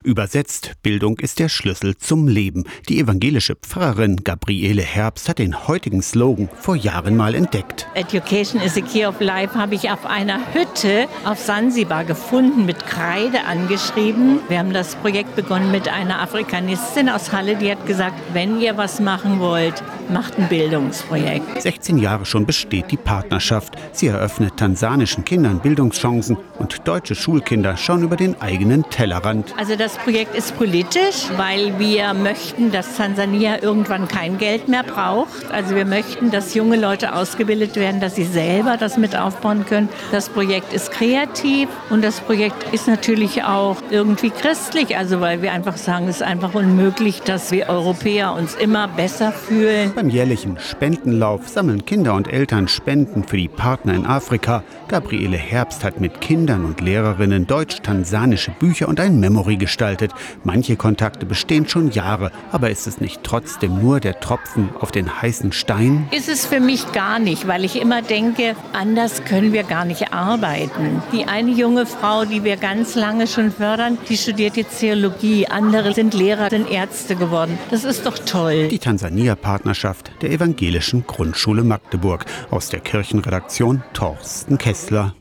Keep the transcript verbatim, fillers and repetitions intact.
Übersetzt, Bildung ist der Schlüssel zum Leben. Die evangelische Pfarrerin Gabriele Herbst hat den heutigen Slogan vor Jahren mal entdeckt. Education is the key of life habe ich auf einer Hütte auf Sansibar gefunden, mit Kreide angeschrieben. Wir haben das Projekt begonnen mit einer Afrikanistin aus Halle, die hat gesagt, wenn ihr was machen wollt, macht ein Bildungsprojekt. sechzehn Jahre schon besteht die Partnerschaft. Sie eröffnet tansanischen Kindern Bildungschancen und deutsche Schulkinder schauen über den eigenen Tellerrand. Also das Projekt ist politisch, weil wir möchten, dass Tansania irgendwann kein Geld mehr braucht. Also wir möchten, dass junge Leute ausgebildet werden, dass sie selber das mit aufbauen können. Das Projekt ist kreativ und das Projekt ist natürlich auch irgendwie christlich. Also weil wir einfach sagen, es ist einfach unmöglich, dass wir Europäer uns immer besser fühlen. Beim jährlichen Spendenlauf sammeln Kinder und Eltern Spenden für die Partner in Afrika. Gabriele Herbst hat mit Kindern und Lehrerinnen deutsch-tansanische Bücher und ein Memory gestaltet. Manche Kontakte bestehen schon Jahre, aber ist es nicht trotzdem nur der Tropfen auf den heißen Stein? Ist es für mich gar nicht, weil ich immer denke, anders können wir gar nicht arbeiten. Die eine junge Frau, die wir ganz lange schon fördern, die studiert jetzt Theologie. Andere sind Lehrer, sind Ärzte geworden. Das ist doch toll. Die Tansania-Partnerschaft der Evangelischen Grundschule Magdeburg. Aus der Kirchenredaktion Thorsten Kessler.